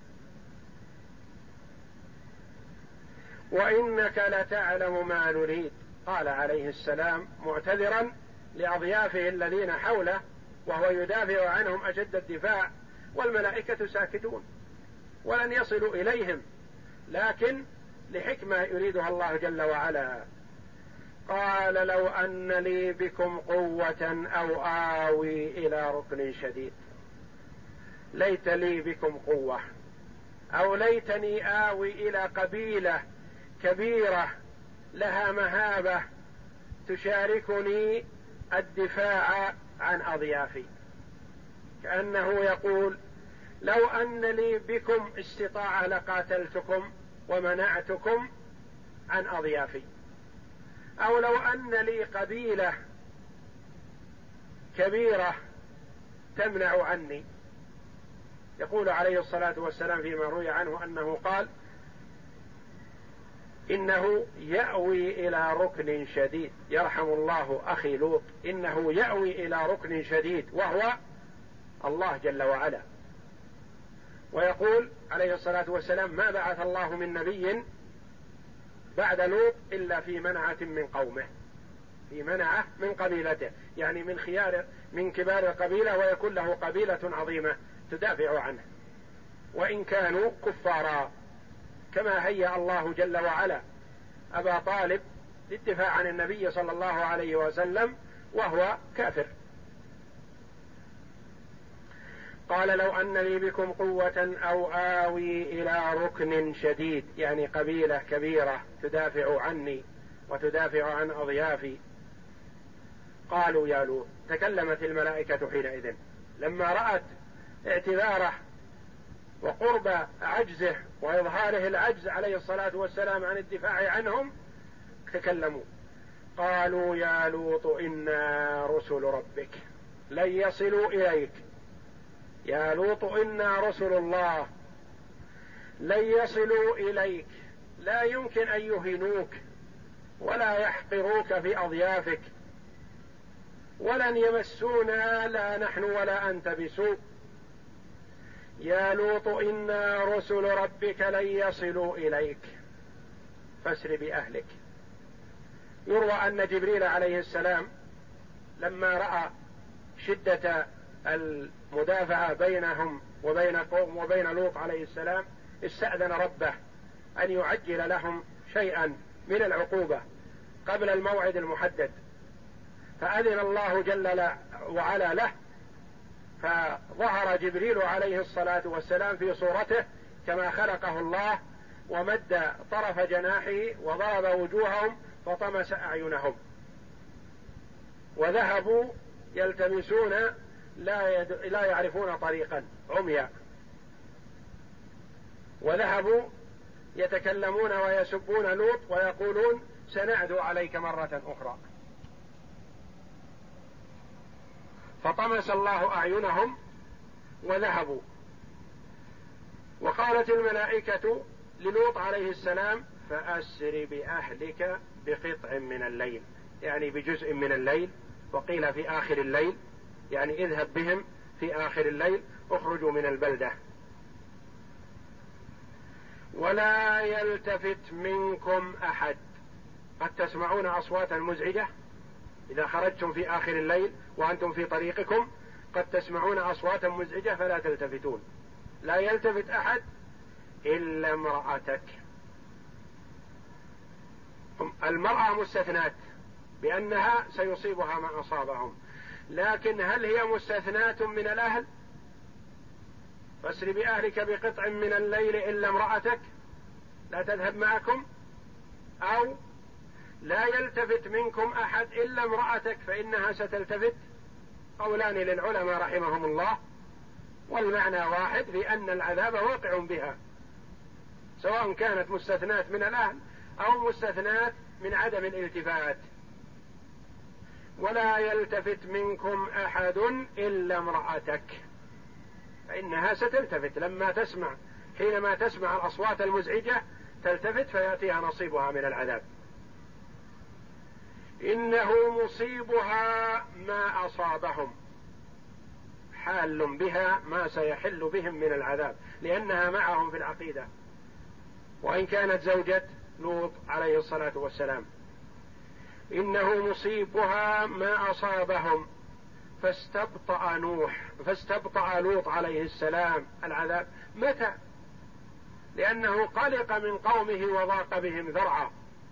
[SPEAKER 1] وإنك لتعلم ما نريد. قال عليه السلام معتذرا لأضيافه الذين حوله وهو يدافع عنهم أشد الدفاع، والملائكة ساكتون ولن يصلوا إليهم، لكن لحكمة يريدها الله جل وعلا. قال لو أن لي بكم قوة أو آوي إلى ركن شديد. ليت لي بكم قوة، أو ليتني آوي إلى قبيلة كبيرة لها مهابة تشاركني الدفاع عن أضيافي. كأنه يقول لو أن لي بكم استطاعة لقاتلتكم ومنعتكم عن أضيافي، أو لو أن لي قبيلة كبيرة تمنع عني. يقول عليه الصلاة والسلام فيما روي عنه أنه قال إنه يأوي إلى ركن شديد، يرحم الله أخي لوط، إنه يأوي إلى ركن شديد وهو الله جل وعلا. ويقول عليه الصلاة والسلام ما بعث الله من نبي بعد لوط إلا في منعة من قومه، في منعة من قبيلته، يعني من خيار من كبار القبيلة، ويكون له قبيلة عظيمة تدافع عنه وإن كانوا كفارا، كما هيأ الله جل وعلا أبا طالب للدفاع عن النبي صلى الله عليه وسلم وهو كافر. قال لو أن لي بكم قوة أو آوي إلى ركن شديد، يعني قبيلة كبيرة تدافع عني وتدافع عن أضيافي. قالوا يا لوط. تكلمت الملائكة حينئذ لما رأت اعتذاره وقرب عجزه وإظهاره العجز عليه الصلاة والسلام عن الدفاع عنهم، تكلموا قالوا يا لوط إنا رسل ربك لن يصلوا إليك. يا لوط إنا رسل الله لن يصلوا إليك، لا يمكن أن يهينوك ولا يحقروك في أضيافك، ولن يمسونا لا نحن ولا أنت بسوء. يا لوط إنا رسل ربك لن يصلوا إليك فاسر بأهلك. يروى أن جبريل عليه السلام لما رأى شدة المدافعة بينهم وبين قوم وبين لوط عليه السلام استأذن ربه أن يعجل لهم شيئا من العقوبة قبل الموعد المحدد، فأذن الله جل وعلا له، فظهر جبريل عليه الصلاة والسلام في صورته كما خلقه الله، ومد طرف جناحه وضرب وجوههم فطمس أعينهم، وذهبوا يلتمسون لا, يد... لا يعرفون طريقا عميا، وذهبوا يتكلمون ويسبون لوط ويقولون سنعدو عليك مرة أخرى، فطمس الله أعينهم وذهبوا. وقالت الملائكة للوط عليه السلام فأسر بأهلك بقطع من الليل، يعني بجزء من الليل، وقيل في آخر الليل، يعني اذهب بهم في آخر الليل، اخرجوا من البلدة، ولا يلتفت منكم أحد. قد تسمعون أصواتا مزعجة إذا خرجتم في آخر الليل وأنتم في طريقكم، قد تسمعون أصواتا مزعجة فلا تلتفتون. لا يلتفت أحد إلا امرأتك. المرأة مستثنات بأنها سيصيبها ما أصابهم، لكن هل هي مستثنات من الأهل؟ فاسر بأهلك بقطع من الليل إلا امرأتك لا تذهب معكم، أو لا يلتفت منكم أحد إلا امرأتك فإنها ستلتفت. قولان للعلماء رحمهم الله، والمعنى واحد في أن العذاب واقع بها، سواء كانت مستثنات من الأهل أو مستثنات من عدم الالتفات. ولا يلتفت منكم أحد إلا امرأتك، فإنها ستلتفت لما تسمع، حينما تسمع الأصوات المزعجة تلتفت فيأتيها نصيبها من العذاب. إنه مصيبها ما أصابهم، حال بها ما سيحل بهم من العذاب، لأنها معهم في العقيدة، وإن كانت زوجة لوط عليه الصلاة والسلام. إنه مصيبها ما أصابهم فاستبطأ نوح فاستبطأ لوط عليه السلام العذاب. متى؟ لأنه قلق من قومه وضاق بهم ذرعا.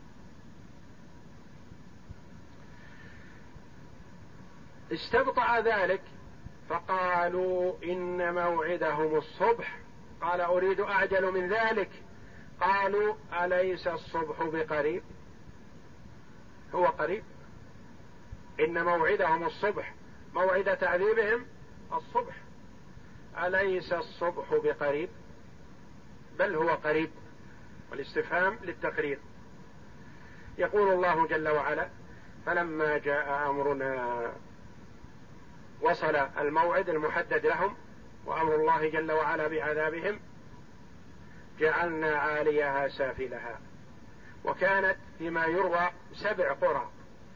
[SPEAKER 1] استبطأ ذلك فقالوا إن موعدهم الصبح، قال أريد أعجل من ذلك. قالوا أليس الصبح بقريب؟ هو قريب، إن موعدهم الصبح، موعد تعذيبهم الصبح، أليس الصبح بقريب؟ بل هو قريب، والاستفهام للتقرير. يقول الله جل وعلا: فلما جاء أمرنا، وصل الموعد المحدد لهم وأمر الله جل وعلا بعذابهم، جعلنا عاليها سافلها. وكانت فيما يروى سبع قرى،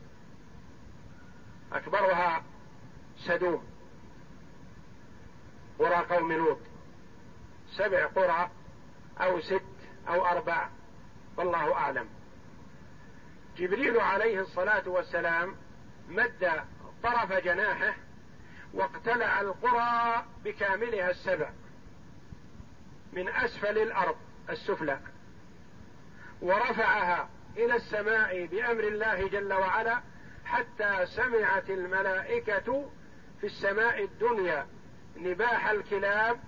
[SPEAKER 1] أكبرها سدوم قرى قوم لوط، سبع قرى أو ست أو أربع، والله أعلم. جبريل عليه الصلاة والسلام مد طرف جناحه واقتلع القرى بكاملها السبع من أسفل الأرض السفلى، ورفعها إلى السماء بأمر الله جل وعلا، حتى سمعت الملائكة في السماء الدنيا نباح الكلاب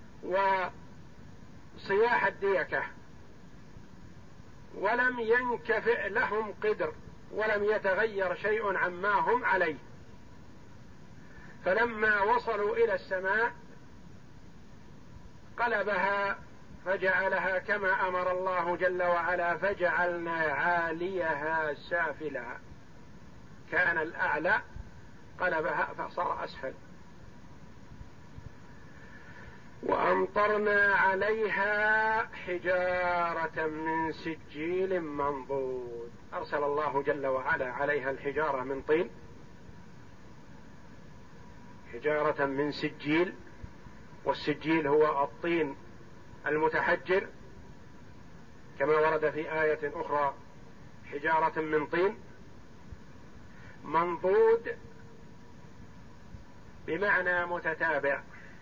[SPEAKER 1] وصياح الديكة، ولم ينكفئ لهم قدر، ولم يتغير شيء عما هم عليه. فلما وصلوا إلى السماء قلبها فجعلها كما أمر الله جل وعلا، فجعلنا عاليها سافلها، كان الأعلى قلبها فصار أسفل. وأمطرنا عليها حجارة من سجيل منضود، أرسل الله جل وعلا عليها الحجارة من طين، حجارة من سجيل، والسجيل هو الطين المتحجر، كما ورد في آية أخرى حجارة من طين منضود، بمعنى متتابع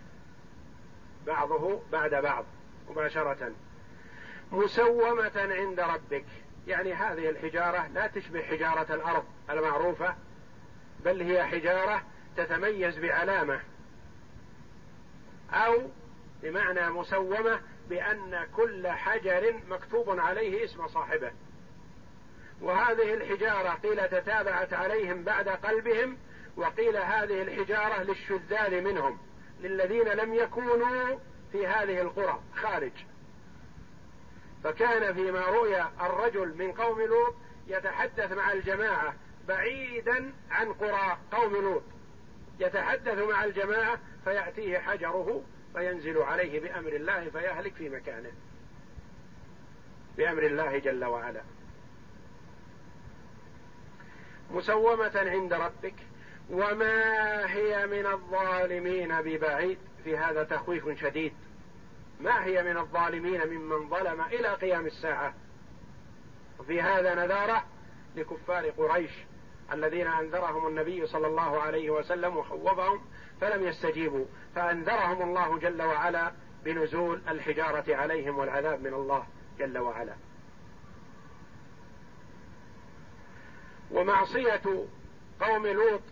[SPEAKER 1] بعضه بعد بعض مباشرة، مسومة عند ربك. يعني هذه الحجارة لا تشبه حجارة الأرض المعروفة، بل هي حجارة تتميز بعلامة، أو بمعنى مسومة بأن كل حجر مكتوب عليه اسم صاحبه. وهذه الحجارة قيل تتابعت عليهم بعد قلبهم، وقيل هذه الحجارة للشذاذ منهم، للذين لم يكونوا في هذه القرى خارج. فكان فيما رؤي الرجل من قوم لوط يتحدث مع الجماعة بعيدا عن قرى قوم لوط، يتحدث مع الجماعة فيأتيه حجره فينزل عليه بأمر الله فيهلك في مكانه بأمر الله جل وعلا. مسومة عند ربك وما هي من الظالمين ببعيد. في هذا تخويف شديد، ما هي من الظالمين ممن ظلم إلى قيام الساعة. وفي هذا نذارة لكفار قريش الذين أنذرهم النبي صلى الله عليه وسلم وخوفهم فلم يستجيبوا، فأنذرهم الله جل وعلا بنزول الحجارة عليهم والعذاب من الله جل وعلا. ومعصية قوم لوط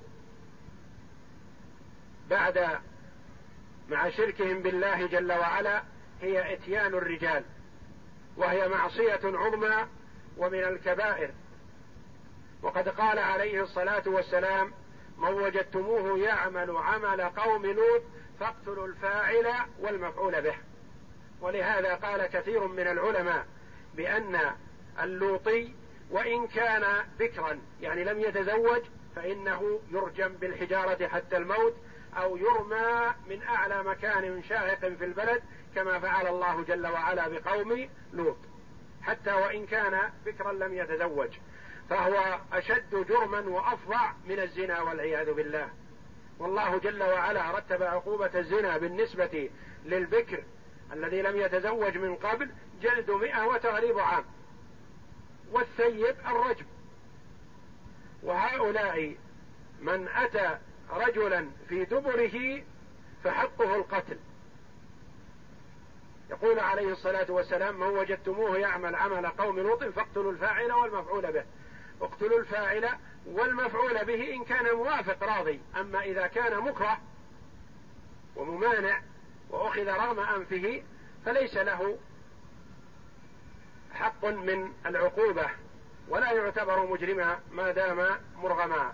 [SPEAKER 1] بعد مع شركهم بالله جل وعلا هي اتيان الرجال، وهي معصية عظمى ومن الكبائر. وقد قال عليه الصلاة والسلام: من وجدتموه يعمل عمل قوم لوط فاقتلوا الفاعل والمفعول به. ولهذا قال كثير من العلماء بأن اللوطي وإن كان بكرا، يعني لم يتزوج، فإنه يرجم بالحجارة حتى الموت، أو يرمى من أعلى مكان شاهق في البلد كما فعل الله جل وعلا بقوم لوط، حتى وإن كان بكرا لم يتزوج، فهو أشد جرما وأفظع من الزنا والعياذ بالله. والله جل وعلا رتب عقوبة الزنا بالنسبة للبكر الذي لم يتزوج من قبل جلد مئة وتغريب عام، والثيب الرجم. وهؤلاء من أتى رجلا في دبره فحقه القتل. يقول عليه الصلاة والسلام: من وجدتموه يعمل عمل قوم لوط فاقتلوا الفاعل والمفعول به. اقتلوا الفاعل والمفعول به إن كان موافق راضي، أما إذا كان مكره وممانع وأخذ رغم أنفه فليس له حق من العقوبة ولا يعتبر مجرما ما دام مرغما.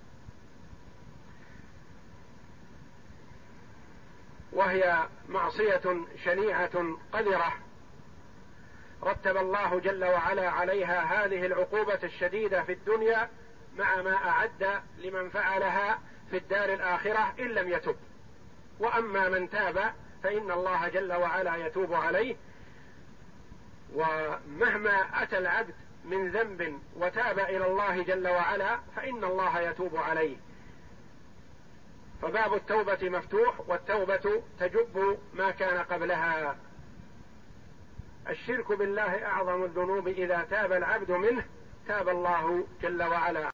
[SPEAKER 1] وهي معصية شنيعة قذرة رتب الله جل وعلا عليها هذه العقوبة الشديدة في الدنيا مع ما أعد لمن فعلها في الدار الآخرة إن لم يتب. وأما من تاب فإن الله جل وعلا يتوب عليه، ومهما أتى العبد من ذنب وتاب إلى الله جل وعلا فإن الله يتوب عليه. فباب التوبة مفتوح، والتوبة تجب ما كان قبلها. الشرك بالله أعظم الذنوب، إذا تاب العبد منه تاب الله جل وعلا